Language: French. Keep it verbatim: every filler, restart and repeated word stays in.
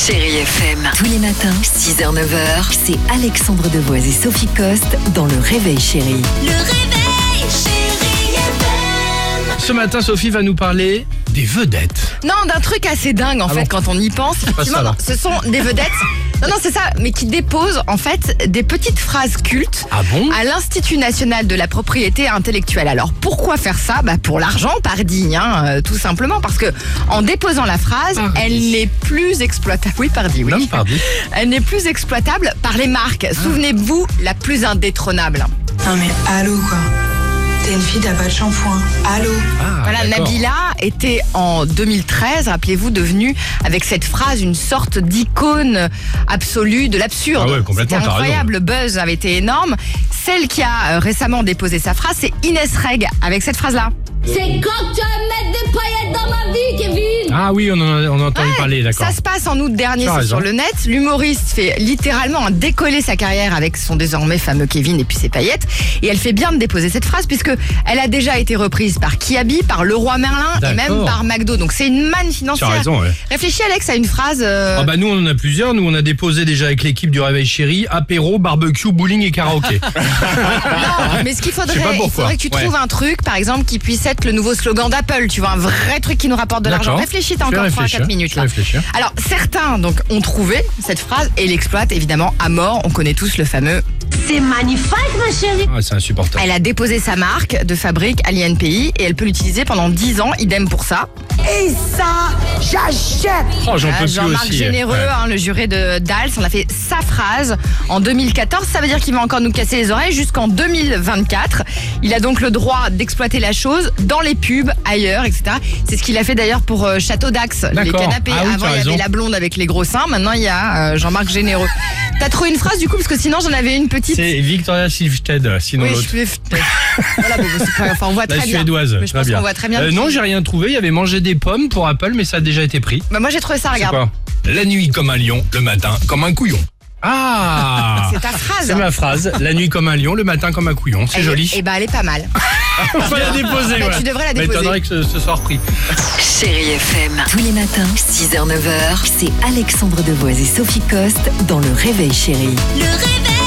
Chérie F M. Tous les matins, six heures neuf heures, c'est Alexandre Devoise et Sophie Coste dans Le Réveil Chérie. Le réveil, chérie F M. Ce matin, Sophie va nous parler des vedettes. Non, d'un truc assez dingue en Ah fait bon quand on y pense. pas ça, là. Ce sont des vedettes. Non, non, c'est ça, mais qui déposent en fait des petites phrases cultes Ah bon à l'Institut National de la Propriété Intellectuelle. Alors pourquoi faire ça ? Bah pour l'argent, pardi, hein, euh, tout simplement parce que en déposant la phrase, Pardi. elle n'est plus exploitable. Oui, pardi, oui. Non, pardon. Elle n'est plus exploitable par les marques. Souvenez-vous, la plus indétrônable. Non mais allô quoi. T'es une fille, t'as pas de shampoing. Allô. Ah, Voilà, d'accord. Nabila était en deux mille treize, rappelez-vous, devenue avec cette phrase une sorte d'icône absolue de l'absurde. Ah ouais, complètement, C'était t'as incroyable, le buzz avait été énorme. Celle qui a euh, récemment déposé sa phrase, c'est Inès Reg avec cette phrase-là. C'est quand tu vas mettre des paillettes dans ma vie, Kevin. Ah oui, on en a, on a entendu Ouais, parler, d'accord. Ça se passe en août dernier, Tu as c'est raison. sur le net. L'humoriste fait littéralement un décoller sa carrière avec son désormais fameux Kevin et puis ses paillettes. Et elle fait bien de déposer cette phrase puisque elle a déjà été reprise par Kiabi, par Leroy Merlin et D'accord. même par McDo. Donc c'est une manne Tu as financière. raison, ouais. Réfléchis Alex à une phrase. euh, Ah bah nous on en a plusieurs, nous on a déposé déjà avec l'équipe du Réveil Chérie, apéro, barbecue, bowling et karaoké. Non, mais ce qu'il faudrait, Je sais pas il pourquoi. faudrait que tu Ouais. trouves un truc, par exemple, qui puisse être le nouveau slogan d'Apple. Tu vois, un vrai truc qui nous rapporte de l'argent. D'accord. Réfléchis, t'as Je vais encore trois à réfléchir, quatre minutes je vais là. réfléchir. Alors, certains donc ont trouvé cette phrase et l'exploitent évidemment à mort. On connaît tous le fameux. C'est magnifique, ma chérie. Ah, c'est insupportable. Elle a déposé sa marque de fabrique à l'I N P I et elle peut l'utiliser pendant dix ans, idem pour ça. Et ça, j'achète. Oh, j'en Euh, peux plus Jean-Marc aussi. Généreux, Ouais. hein, le juré de Dals, on a fait sa phrase en deux mille quatorze. Ça veut dire qu'il va encore nous casser les oreilles jusqu'en deux mille vingt-quatre. Il a donc le droit d'exploiter la chose dans les pubs, ailleurs, et cetera. C'est ce qu'il a fait d'ailleurs pour euh, Château d'Axe, les D'accord. canapés. Ah oui, Avant, t'as il y raison. avait la blonde avec les gros seins. Maintenant, il y a euh, Jean-Marc Généreux. T'as trouvé une phrase du coup, parce que sinon, j'en avais une petite. C'est Victoria Silvstedt, sinon Oui, l'autre. je fais. Voilà, bon, c'est pas- enfin, on voit La très bien. suédoise, Mais je très pense bien. qu'on voit très bien. Euh, non, j'ai rien trouvé, il y avait mangé des pommes pour Apple, mais ça a déjà été pris. Bah, moi, j'ai trouvé ça, C'est regarde. quoi ? La nuit comme un lion, le matin comme un couillon. Ah C'est ta phrase. C'est ma phrase, la nuit comme un lion, le matin comme un couillon, c'est Elle- joli. Eh ben, elle est pas mal. On va la déposer, Bah, ouais. tu devrais la Mais déposer. étonnerait que ce, ce soit repris. Chérie F M. Tous les matins, six heures neuf heures, c'est Alexandre Devoise et Sophie Coste dans Le Réveil Chérie. Le réveil.